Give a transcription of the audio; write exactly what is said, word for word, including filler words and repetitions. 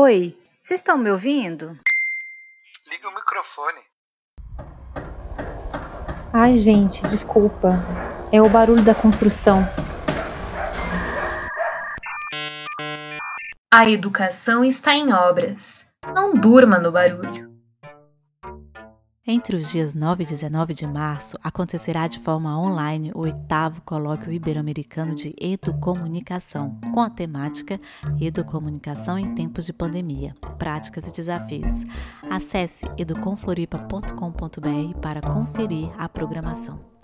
Oi, vocês estão me ouvindo? Liga o microfone. Ai, gente, desculpa. É o barulho da construção. A educação está em obras. Não durma no barulho. Entre os dias nove e dezenove de março, acontecerá de forma online o oitavo Colóquio Ibero-Americano de Educomunicação, com a temática Educomunicação em Tempos de Pandemia, Práticas e Desafios. Acesse educomfloripa ponto com ponto br para conferir a programação.